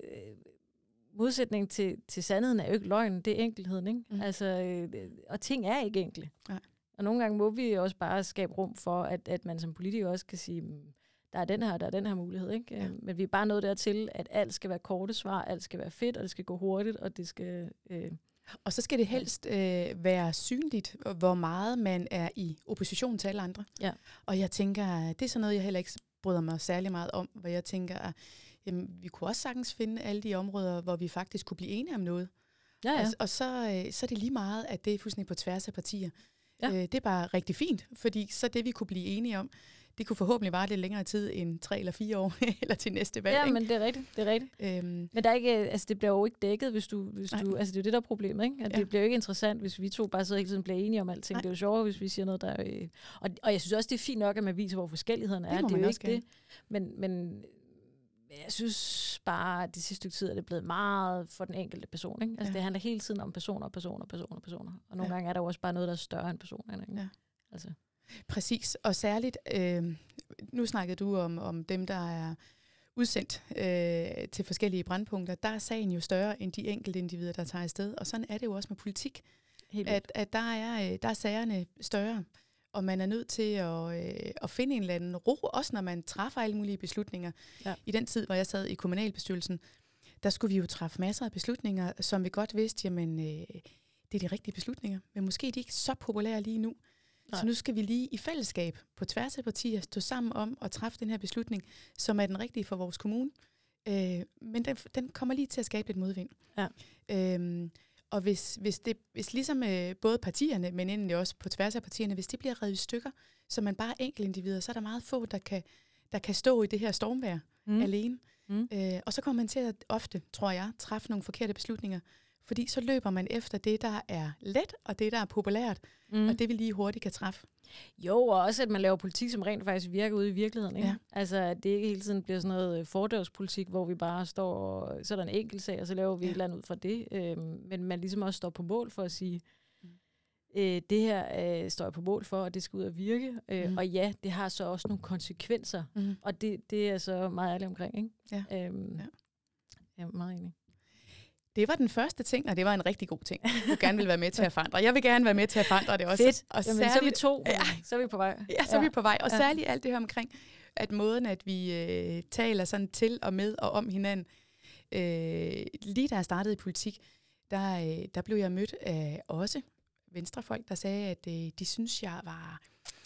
modsætning til, til sandheden er jo ikke løgn, det er enkelheden, ikke? Mm. Altså, øh, og ting er ikke enkle. Ja. Og nogle gange må vi også bare skabe rum for, at, at man som politiker også kan sige, der er den her, der er den her mulighed, ikke? Ja. Men vi er bare nået dertil, at alt skal være korte svar, alt skal være fedt, og det skal gå hurtigt, og det skal... Øh, Og så skal det helst øh, være synligt, hvor meget man er i opposition til alle andre. Ja. Og jeg tænker, det er sådan noget, jeg heller ikke bryder mig særlig meget om, hvor jeg tænker, at jamen, vi kunne også sagtens finde alle de områder, hvor vi faktisk kunne blive enige om noget. Ja, ja. Og, og så, øh, så er det lige meget, at det er fuldstændig på tværs af partier. Ja. Øh, det er bare rigtig fint, fordi så det, vi kunne blive enige om, det kunne forhåbentlig vare lidt længere tid end tre eller fire år, eller til næste valg. Ja, ikke? men det er rigtigt. Det er rigtigt. Øhm. Men der er ikke, altså, det bliver jo ikke dækket, hvis du... Hvis du altså, det er jo det, der er problemet, ikke? At ja. Det bliver jo ikke interessant, hvis vi to bare sidder hele tiden og bliver enige om alting. Nej. Det er jo sjovere, hvis vi siger noget, der... Øh, og, og jeg synes også, det er fint nok, at man viser, hvor forskellighederne er. Det, det er jo ikke gerne. Det. Men, men jeg synes bare, at det sidste stykke tid er det blevet meget for den enkelte person, ikke? Altså, ja. Det handler hele tiden om personer, personer, personer, personer. Og nogle ja. gange er der jo også bare noget, der er større end personerne, ikke? Ja. Altså... Præcis, og særligt, øh, nu snakkede du om, om dem, der er udsendt øh, til forskellige brandpunkter. Der er sagen jo større end de enkelte individer, der tager afsted, og sådan er det jo også med politik, at, at der, er, der er sagerne større, og man er nødt til at, øh, at finde en eller anden ro, også når man træffer alle mulige beslutninger. Ja. I den tid, hvor jeg sad i kommunalbestyrelsen, der skulle vi jo træffe masser af beslutninger, som vi godt vidste, jamen, øh, det er de rigtige beslutninger, men måske er de ikke så populære lige nu. Nej. Så nu skal vi lige i fællesskab på tværs af partier stå sammen om at træffe den her beslutning, som er den rigtige for vores kommune. Øh, men den, den kommer lige til at skabe lidt modvind. Ja. Øhm, og hvis, hvis, det, hvis ligesom øh, både partierne, men endelig også på tværs af partierne, hvis det bliver revet i stykker, så man bare er enkeltindivider, så er der meget få, der kan, der kan stå i det her stormvejr mm. alene. Mm. Øh, og så kommer man til at ofte, tror jeg, træffe nogle forkerte beslutninger, fordi så løber man efter det, der er let, og det, der er populært, mm. og det vi lige hurtigt kan træffe. Jo, og også, at man laver politik, som rent faktisk virker ude i virkeligheden. Ikke? Ja. Altså, at det ikke hele tiden bliver sådan noget fordørspolitik, hvor vi bare står, og så er der en enkelt sag, og så laver vi ja. et eller andet ud fra det. Øhm, men man ligesom også står på mål for at sige, mm. øh, det her øh, står jeg på mål for, og det skal ud at virke. Øh, mm. Og ja, det har så også nogle konsekvenser, mm. og det, det er så meget ærlig omkring. Ikke? Ja. Øhm, ja. Jeg er meget enig. Det var den første ting, og det var en rigtig god ting. Du gerne vil være med til at forandre. Jeg vil gerne være med til at forandre det også. Fedt. Og Jamen, særligt, så er vi to. Ja. Så er vi på vej. Ja, så er ja. vi på vej. Og ja. særligt alt det her omkring, at måden, at vi øh, taler sådan til og med og om hinanden. Øh, lige da jeg startede i politik, der, øh, der blev jeg mødt af også venstrefolk, der sagde, at øh, de synes, jeg var...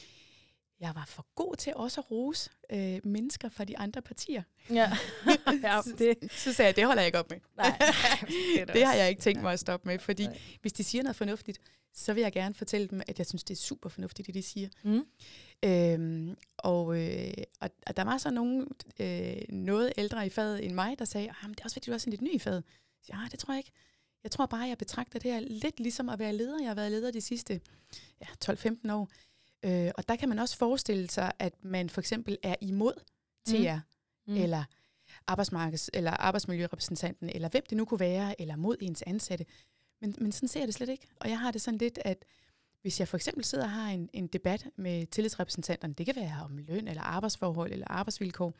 Jeg var for god til også at rose øh, mennesker fra de andre partier. Ja. ja det. Så, så sagde jeg, det holder jeg ikke op med. Nej, det, det har jeg ikke tænkt mig at stoppe med, fordi Nej. hvis de siger noget fornuftigt, så vil jeg gerne fortælle dem, at jeg synes, det er super fornuftigt, det de siger. Mm. Øhm, og, øh, og, og der var så nogen øh, noget ældre i faget end mig, der sagde, at det er også fordi, du er sådan lidt ny i faget. Ja, det tror jeg ikke. Jeg tror bare, jeg betragter det her lidt ligesom at være leder. Jeg har været leder de sidste ja, tolv femten år. Øh, og der kan man også forestille sig, at man for eksempel er imod T R, mm. eller arbejdsmarkeds- eller arbejdsmiljørepræsentanten, eller hvem det nu kunne være, eller mod ens ansatte. Men, men sådan ser jeg det slet ikke. Og jeg har det sådan lidt, at hvis jeg for eksempel sidder og har en, en debat med tillidsrepræsentanterne, det kan være om løn, eller arbejdsforhold, eller arbejdsvilkår,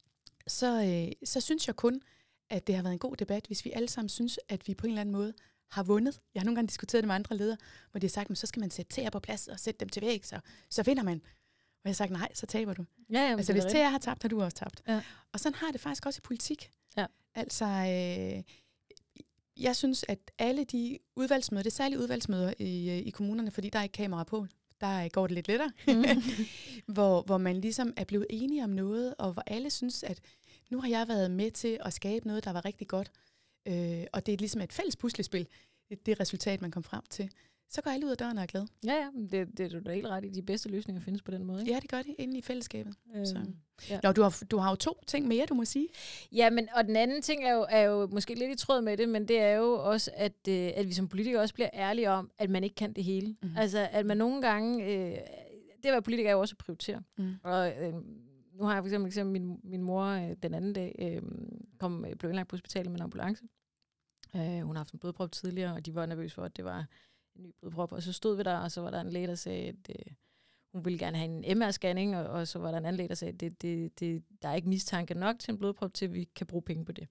så, øh, så synes jeg kun, at det har været en god debat, hvis vi alle sammen synes, at vi på en eller anden måde har vundet. Jeg har nogle gange diskuteret det med andre ledere, hvor de har sagt, men så skal man sætte T R på plads og sætte dem til væk, så, så vinder man. Og jeg har sagt, nej, så taber du. Ja, jamen, altså hvis T R har tabt, har du også tabt. Ja. Og sådan har det faktisk også i politik. Ja. Altså, øh, jeg synes, at alle de udvalgsmøder, det er særlige udvalgsmøder i, i kommunerne, fordi der er ikke kamera på, der går det lidt lettere, mm. hvor, hvor man ligesom er blevet enige om noget, og hvor alle synes, at nu har jeg været med til at skabe noget, der var rigtig godt. Øh, og det er ligesom et fælles puslespil, det resultat, man kom frem til. Så går alle ud af døren og er glade. Ja, ja, det, det er du da helt ret i. De bedste løsninger findes på den måde, ikke? Ja, det gør det inde i fællesskabet. Øhm, så. Ja. Nå, du har, du har jo to ting mere, du må sige. Ja, men, og den anden ting er jo, er jo måske lidt i tråd med det, men det er jo også, at, øh, at vi som politikere også bliver ærlige om, at man ikke kan det hele. Mm-hmm. Altså, at man nogle gange... Øh, det at være politiker er jo også at prioritere. Mm. Og øh, nu har jeg for eksempel, eksempel min, min mor øh, den anden dag øh, kom, blev indlagt på hospitalet med en ambulance. Øh, hun har haft en blodprop tidligere, og de var nervøse for, at det var en ny blodprop. Og så stod vi der, og så var der en læge, der sagde, at øh, hun ville gerne have en M R-scanning, og, og så var der en anden læge, der sagde, at det, det, det, der er ikke mistanke nok til en blodprop, til vi kan bruge penge på det.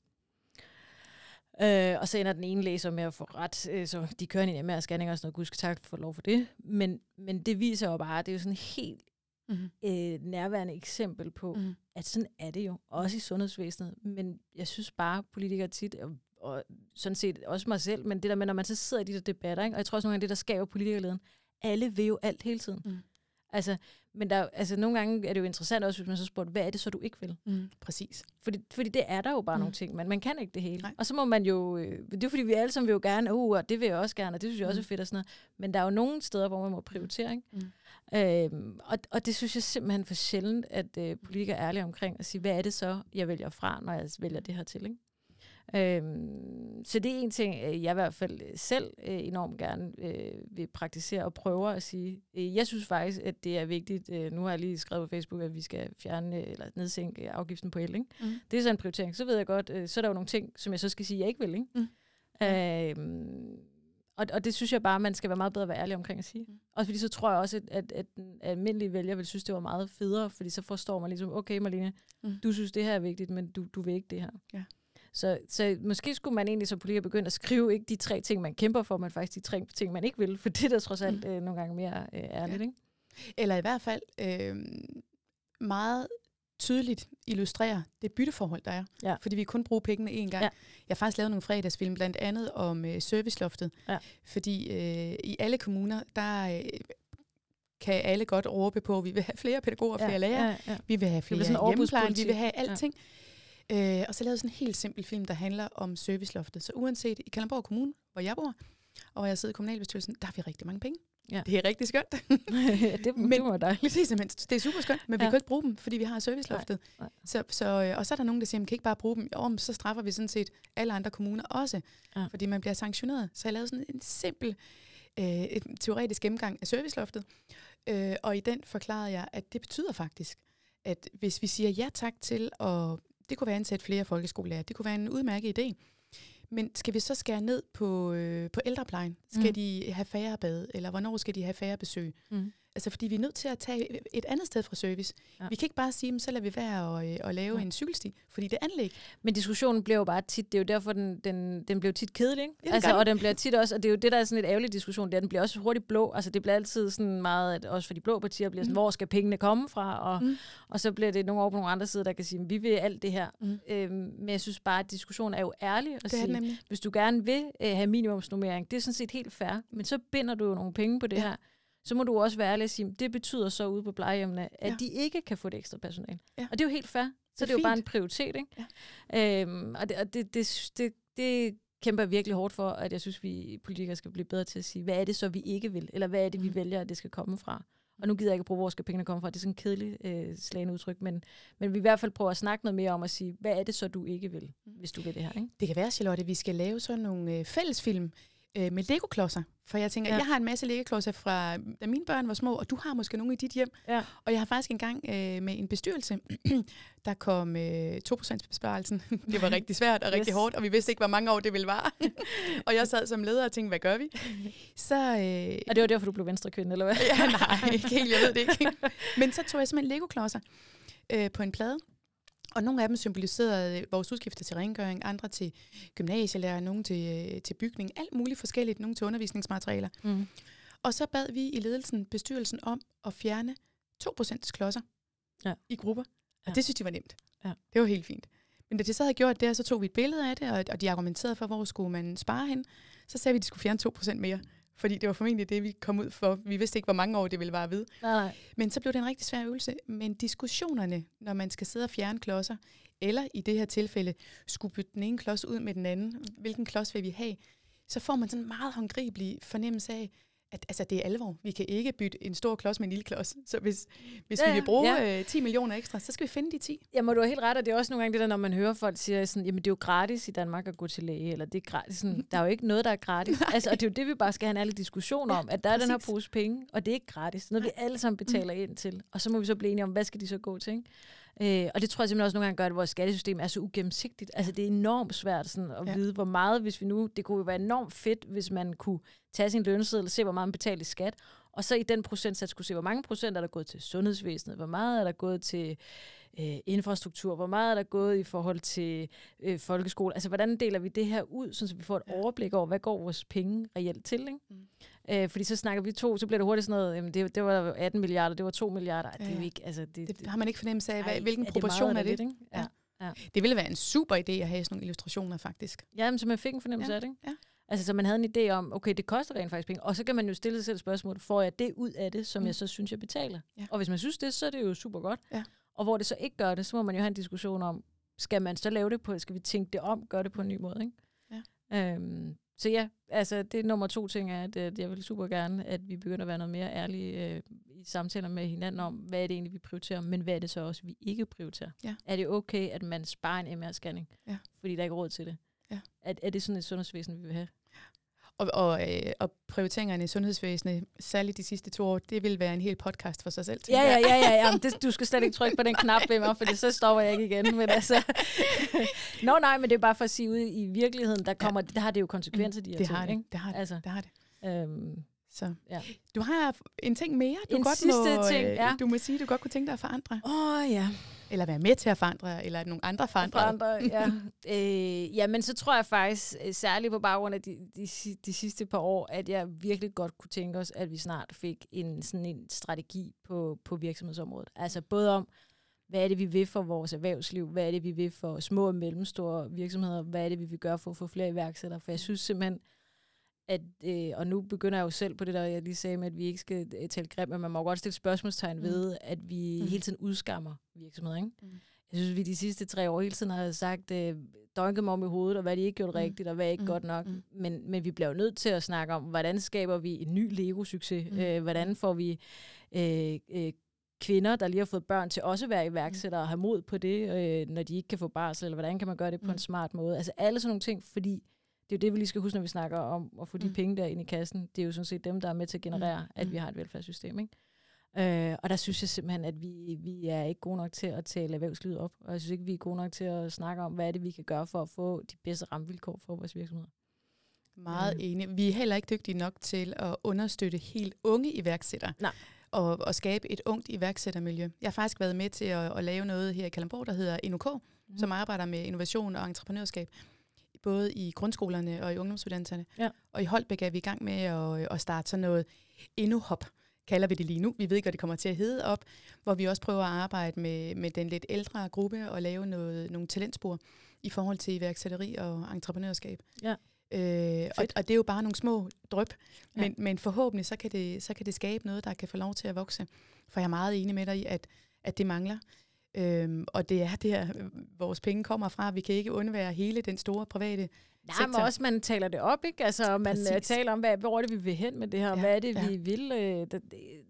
Øh, og så ender den ene læge så med at få ret, øh, så de kører en M R-scanning og sådan noget, gud skal tak for lov for det. Men, men det viser jo bare, det er jo sådan et helt mm-hmm. øh, nærværende eksempel på, mm-hmm. at sådan er det jo, også i sundhedsvæsenet. Men jeg synes bare, politikere tit, og, og sådan set også mig selv, men det der med, når man så sidder i de der debatter, ikke? Og jeg tror også nogle gange, det der skaber politikerleden, alle vil jo alt hele tiden. Mm. Altså, men der, altså, nogle gange er det jo interessant også, hvis man så spurgte, hvad er det så, du ikke vil? Mm, præcis. Fordi, fordi det er der jo bare mm. nogle ting, men man kan ikke det hele. Nej. Og så må man jo, øh, det er fordi vi alle sammen vil jo gerne, uh, og det vil jeg også gerne, og det synes jeg mm. også er fedt og sådan noget. Men der er jo nogle steder, hvor man må prioritere, ikke? Mm. Øhm, og, og det synes jeg simpelthen for sjældent, at øh, politikere er ærlige omkring at sige, hvad er det så, jeg vælger fra, når jeg vælger det her til, ikke? Øhm, så det er en ting, jeg i hvert fald selv øh, enormt gerne øh, vil praktisere og prøve at sige. Øh, jeg synes faktisk, at det er vigtigt. Øh, nu har jeg lige skrevet på Facebook, at vi skal fjerne øh, eller nedsænke afgiften på el. Ikke? Mm. Det er så en prioritering. Så ved jeg godt, øh, så er der jo nogle ting, som jeg så skal sige, jeg ikke vil. Ikke? Mm. Øhm, og, og det synes jeg bare, man skal være meget bedre at være ærlig omkring at sige. Mm. Også fordi så tror jeg også, at, at, at den almindelige vælger vil synes, det var meget federe, fordi så forstår man ligesom, okay Marlene, mm. du synes, det her er vigtigt, men du, du vil ikke det her. Ja. Så, så måske skulle man egentlig som politiker begynde at skrive ikke de tre ting, man kæmper for, men faktisk de tre ting, man ikke vil, for det er der trods alt mm. øh, nogle gange mere øh, ærligt. Ja. Ikke? Eller i hvert fald øh, meget tydeligt illustrerer det bytteforhold, der er. Ja. Fordi vi kun bruger pengene én gang. Ja. Jeg har faktisk lavet nogle fredagsfilm, blandt andet om øh, serviceloftet. Ja. Fordi øh, i alle kommuner, der... Øh, kan alle godt råbe på, at vi vil have flere pædagoger, flere ja, lærere, ja, ja. vi vil have flere hjemmeplejen, vi vil have alting. Ja. Øh, og så lavede jeg sådan en helt simpel film, der handler om serviceloftet. Så uanset i Kalundborg Kommune, hvor jeg bor, og hvor jeg sidder i kommunalbestyrelsen, der har vi rigtig mange penge. Ja. Det er rigtig skønt. ja, det, men, det var dejligt. Det er, det er super skønt, men ja. vi kan ikke bruge dem, fordi vi har serviceloftet. Nej, nej. Så, så, og så er der nogen, der siger, at man kan ikke bare bruge dem. Og så straffer vi sådan set alle andre kommuner også, ja. fordi man bliver sanktioneret. Så jeg lavede sådan en simpel øh, et teoretisk gennemgang af serviceloftet. Øh, og i den forklarede jeg, at det betyder faktisk, at hvis vi siger ja tak til, og det kunne være ansat flere folkeskolelærer, det kunne være en udmærket idé, men skal vi så skære ned på, øh, på ældreplejen? Skal mm. de have færre bad, eller hvornår skal de have færre besøg? Mm. Altså fordi vi er nødt til at tage et andet sted fra service. Ja. Vi kan ikke bare sige, så lader vi være at, at lave ja. en cykelsti, fordi det er anlæg. Men diskussionen bliver jo bare tit, det er jo derfor, den, den, den bliver tit kedelig, ikke? Ja, altså, og den bliver tit også, og det er jo det, der er sådan et ærgerlig diskussion, det er, den bliver også hurtigt blå. Altså det bliver altid sådan meget, at også for de blå partier bliver sådan, mm. hvor skal pengene komme fra? Og, mm. og så bliver det nogle over på nogle andre sider, der kan sige, vi vil alt det her. Mm. Øhm, men jeg synes bare, at diskussionen er jo ærlig at sige, hvis du gerne vil øh, have minimumsnummering, det er sådan set helt fair, men så binder du jo nogle penge på det ja. her. Så må du også være ærlig og sige, det betyder så ude på plejehjemmene, at ja. de ikke kan få det ekstra personale. Ja. Og det er jo helt fair. Så det er, det er jo bare en prioritet, ikke? Ja. Øhm, og det, og det, det, det, det kæmper virkelig hårdt for, at jeg synes, vi politikere skal blive bedre til at sige, hvad er det så, vi ikke vil? Eller hvad er det, vi mm. vælger, at det skal komme fra? Og nu gider jeg ikke at bruge, hvor skal pengene komme fra. Det er sådan en kedelig øh, slagende udtryk, men, men vi i hvert fald prøver at snakke noget mere om at sige, hvad er det så, du ikke vil, hvis du vil det her, ikke? Det kan være, Charlotte, vi skal lave sådan nogle øh, fællesfilm, med Lego-klodser. For jeg tænker, ja. jeg har en masse Lego-klodser fra, da mine børn var små, og du har måske nogle i dit hjem. Ja. Og jeg har faktisk engang øh, med en bestyrelse, der kom øh, to procent besparelsen. Det var rigtig svært og yes. rigtig hårdt, og vi vidste ikke, hvor mange år det ville vare. Og jeg sad som leder og tænkte, hvad gør vi? Så, øh, og det var derfor, du blev venstrekvinde, eller hvad? ja, nej, ikke helt, jeg ved det ikke. Men så tog jeg simpelthen Lego-klodser øh, på en plade, Og nogle af dem symboliserede vores udgifter til rengøring, andre til gymnasielærer, nogle til, til bygning, alt muligt forskelligt, nogle til undervisningsmaterialer. Mm. Og så bad vi i ledelsen, bestyrelsen om at fjerne to procent klodser ja. i grupper. Og ja. det synes de var nemt. Ja. Det var helt fint. Men da de så havde gjort det, så tog vi et billede af det, og, og de argumenterede for, hvor skulle man spare hen. Så sagde vi, at de skulle fjerne to procent mere. Fordi det var formentlig det, vi kom ud for. Vi vidste ikke, hvor mange år det ville vare ved. Nej. Men så blev det en rigtig svær øvelse. Men diskussionerne, når man skal sidde og fjerne klodser, eller i det her tilfælde, skulle bytte den ene klods ud med den anden, hvilken klods vil vi have, så får man sådan en meget håndgribelig fornemmelse af, at altså, det er alvor. Vi kan ikke bytte en stor klods med en lille klods. Så hvis, hvis ja, vi vil bruge ja. øh, ti millioner ekstra, så skal vi finde de ti. Jamen, du har helt ret, og det er også nogle gange det der, når man hører folk sige, sådan, jamen det er jo gratis i Danmark at gå til læge, eller det er gratis. Sådan, der er jo ikke noget, der er gratis. Altså, og det er jo det, vi bare skal have en ærlig diskussion om, at der er Præcis. Den her pose penge, og det er ikke gratis. Noget, vi alle sammen betaler ind til. Og så må vi så blive enige om, hvad skal de så gå til, ikke? Øh, og det tror jeg simpelthen også nogle gange gør, at vores skattesystem er så ugennemsigtigt. Altså det er enormt svært sådan, at ja. vide, hvor meget, hvis vi nu, det kunne jo være enormt fedt, hvis man kunne tage sin lønseddel og se, hvor meget man betaler i skat, og så i den procentsats kunne se, hvor mange procent er der gået til sundhedsvæsenet, hvor meget er der gået til øh, infrastruktur, hvor meget er der gået i forhold til øh, folkeskole. Altså hvordan deler vi det her ud, så vi får et ja. overblik over, hvad går vores penge reelt til, ikke? Mm. Øh, fordi så snakker vi to, så bliver det hurtigt sådan noget, jamen det, det var atten milliarder, det var to milliarder. Ja, ja. Det er jo ikke, altså det, det, det har man ikke fornemmelse af, hvad, hvilken er proportion er det? Lidt, ja. Ja. Det ville være en super idé at have sådan nogle illustrationer, faktisk. Ja, men så man fik en fornemmelse ja. af det, ikke? Ja. Altså, så man havde en idé om, okay, det koster rent faktisk penge, og så kan man jo stille sig selv spørgsmål, får jeg det ud af det, som mm. jeg så synes, jeg betaler? Ja. Og hvis man synes det, så er det jo super godt. Ja. Og hvor det så ikke gør det, så må man jo have en diskussion om, skal man så lave det på, skal vi tænke det om, gøre det på en ny måde, ikke? Ja. Øhm, så ja, altså det nummer to ting er, at, at jeg vil super gerne, at vi begynder at være noget mere ærlige øh, i samtaler med hinanden om, hvad er det egentlig, vi prioriterer, men hvad er det så også, vi ikke prioriterer? Ja. Er det okay, at man sparer en M R-scanning, ja. fordi der er ikke råd til det? Ja. Er, er det sådan et sundhedsvæsen, vi vil have? Og, og, øh, og prioriteringerne i sundhedsvæsenet, særligt de sidste to år, det vil være en hel podcast for sig selv. Ja, ja, ja, ja, ja. Det, du skal slet ikke trykke på den knap ved mig, for så stopper jeg ikke igen. Men altså, Nå nej, men det er bare for at sige, ude i virkeligheden, der, kommer, ja. der har det jo konsekvenser, de her det ting. Har det, ikke? det har det, altså, det har det. Øhm, så. Ja. Du har en ting mere, du, en godt sidste må, ting, ja. du må sige, du godt kunne tænke dig at forandre. Åh, oh, ja. Eller være med til at forandre, eller nogle andre forandre. forandre ja. øh, ja, men så tror jeg faktisk, særligt på baggrund af de, de, de sidste par år, at jeg virkelig godt kunne tænke os, at vi snart fik en, sådan en strategi på, på virksomhedsområdet. Altså både om, hvad er det, vi vil for vores erhvervsliv? Hvad er det, vi vil for små og mellemstore virksomheder? Hvad er det, vi vil gøre for at få flere iværksættere? For jeg synes simpelthen, at, øh, og nu begynder jeg jo selv på det der, jeg lige sagde med, at vi ikke skal øh, tale grimt, men man må godt stille spørgsmålstegn mm. ved, at vi mm. hele tiden udskammer virksomheder, ikke? Mm. Jeg synes, vi de sidste tre år hele tiden har sagt, øh, døjket mig om i hovedet, og hvad de ikke gjort mm. rigtigt, og hvad er ikke mm. godt nok. Mm. Men, men vi bliver jo nødt til at snakke om, hvordan skaber vi en ny Lego-succes? Mm. Øh, hvordan får vi øh, øh, kvinder, der lige har fået børn, til også at være iværksættere og have mod på det, øh, når de ikke kan få barsel, eller hvordan kan man gøre det på mm. en smart måde? Altså alle sådan nogle ting, fordi det er jo det, vi lige skal huske, når vi snakker om at få de mm. penge der ind i kassen. Det er jo sådan set dem, der er med til at generere, mm. at vi har et velfærdssystem, ikke? Øh, og der synes jeg simpelthen, at vi, vi er ikke gode nok til at tale erhvervslivet op. Og jeg synes ikke, vi er gode nok til at snakke om, hvad er det, vi kan gøre for at få de bedste rammevilkår for vores virksomheder. Meget mm. enig. Vi er heller ikke dygtige nok til at understøtte helt unge iværksættere. Nej. Og, og skabe et ungt iværksættermiljø. Jeg har faktisk været med til at, at lave noget her i Kalundborg, der hedder N O K, mm. som arbejder med innovation og entreprenørskab. Både i grundskolerne og i ungdomsuddannelserne. Ja. Og i Holbæk er vi i gang med at, at starte sådan noget Innohop, kalder vi det lige nu. Vi ved ikke, hvad det kommer til at hedde op, hvor vi også prøver at arbejde med, med den lidt ældre gruppe og lave noget, nogle talentspor i forhold til iværksætteri og entreprenørskab. Ja. Øh, og, og det er jo bare nogle små dryp, men, ja. men forhåbentlig så kan, det, så kan det skabe noget, der kan få lov til at vokse. For jeg er meget enig med dig i, at, at det mangler. Øhm, og det er der, vores penge kommer fra. Vi kan ikke undvære hele den store private Nej, sektor. Men også man taler det op, ikke? Altså man uh, taler om, hvad, hvor er det, vi vil hen med det her, ja, hvad er det, ja. vi vil. Uh, der,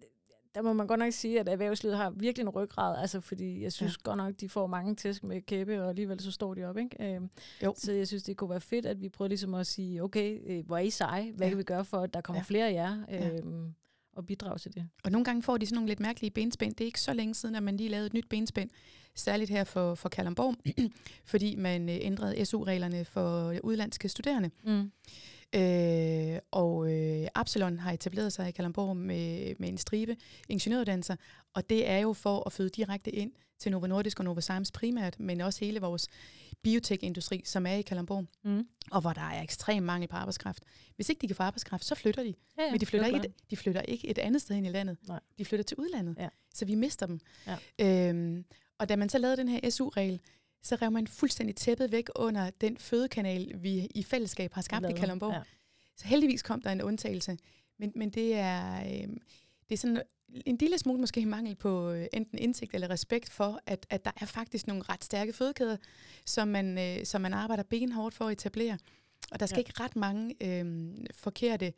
der må man godt nok sige, at erhvervslivet har virkelig en ryggrad, altså fordi jeg synes ja. godt nok, de får mange tæsk med kæppe, og alligevel så står de op, ikke? Uh, jo. Så jeg synes, det kunne være fedt, at vi prøver ligesom at sige, okay, uh, hvor er I seje? Hvad ja. kan vi gøre for, at der kommer ja. flere af jer? Ja. Uh, og bidrage til det. Og nogle gange får de sådan nogle lidt mærkelige benspænd. Det er ikke så længe siden, at man lige lavede et nyt benspænd, særligt her for, for Kalundborg, fordi man ændrede S U-reglerne for udlandske studerende. Mm. Øh, og øh, Absalon har etableret sig i Kalundborg med, med en stribe ingeniøruddannelser, og det er jo for at føde direkte ind til Novo Nordisk og Novozymes primært, men også hele vores biotech-industri, som er i Kalundborg, mm. og hvor der er ekstrem mangel på arbejdskraft. Hvis ikke de kan få arbejdskraft, så flytter de. Ja, ja, men de flytter, ikke et, de flytter ikke et andet sted ind i landet. Nej. De flytter til udlandet, ja. Så vi mister dem. Ja. Øhm, og da man så lavede den her S U-regel, så rev man fuldstændig tæppet væk under den fødekanal, vi i fællesskab har skabt i Kalundborg. Ja. Så heldigvis kom der en undtagelse. Men, men det er, øh, det er sådan en lille smule måske mangel på øh, enten indsigt eller respekt for, at, at der er faktisk nogle ret stærke fødekæder, som man, øh, som man arbejder benhårdt for at etablere. Og der skal ja. ikke ret mange øh, forkerte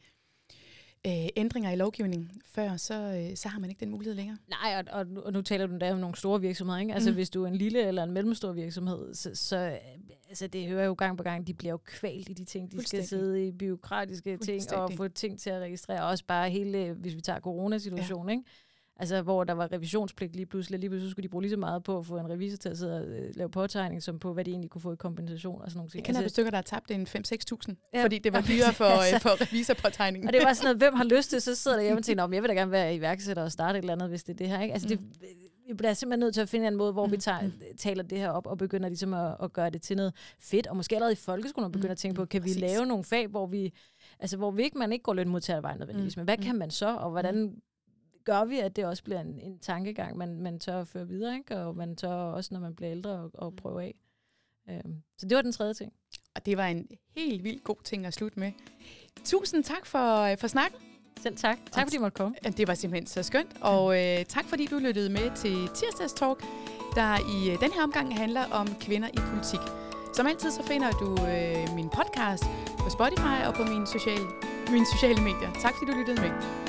øh, ændringer i lovgivningen, før så, øh, så har man ikke den mulighed længere. Nej, og, og, og nu taler du da om nogle store virksomheder, ikke? Altså mm. hvis du er en lille eller en mellemstor virksomhed, så, så altså, det hører jo gang på gang, de bliver jo kvalt i de ting, de skal sidde i byråkratiske ting og få ting til at registrere. Også bare hele, hvis vi tager coronasituationen, ja. ikke? Altså, hvor der var revisionspligt lige pludselig, lige pludselig skulle de bruge lige så meget på at få en revisor til at sidde og øh, lave påtegning, som på, hvad de egentlig kunne få i kompensation og sådan nogle ting. Jeg kender altså, stykker, der har tabt en fem til seks tusind, ja, fordi det var dyrere for, altså, for revisorpåtegningen. Og det var sådan noget, hvem har lyst til, så sidder der hjemme og tænker, jeg vil da gerne være iværksætter og starte et eller andet, hvis det er det her, ikke? Altså, mm. det, vi bliver simpelthen nødt til at finde en måde, hvor mm. vi tager, taler det her op og begynder ligesom at, at gøre det til noget fedt, og måske allerede i folkeskolen begynder mm. at tænke på, kan Præcis. vi lave nogle fag, hvor vi, altså, hvor vi ikke, man ikke går lønmodtagervejen nødvendigvis, mm. men hvad kan man så, og hvordan gør vi, at det også bliver en, en tankegang, man, man tør at føre videre, ikke? Og man tør også, når man bliver ældre, og, og prøve af. Øhm, så det var den tredje ting. Og det var en helt vildt god ting at slutte med. Tusind tak for, for snakken. Selv tak. Tak fordi du måtte komme. Det var simpelthen så skønt. Og øh, tak fordi du lyttede med til Tirsdags Talk, der i øh, den her omgang handler om kvinder i politik. Som altid så finder du øh, min podcast på Spotify og på mine sociale, mine sociale medier. Tak fordi du lyttede med.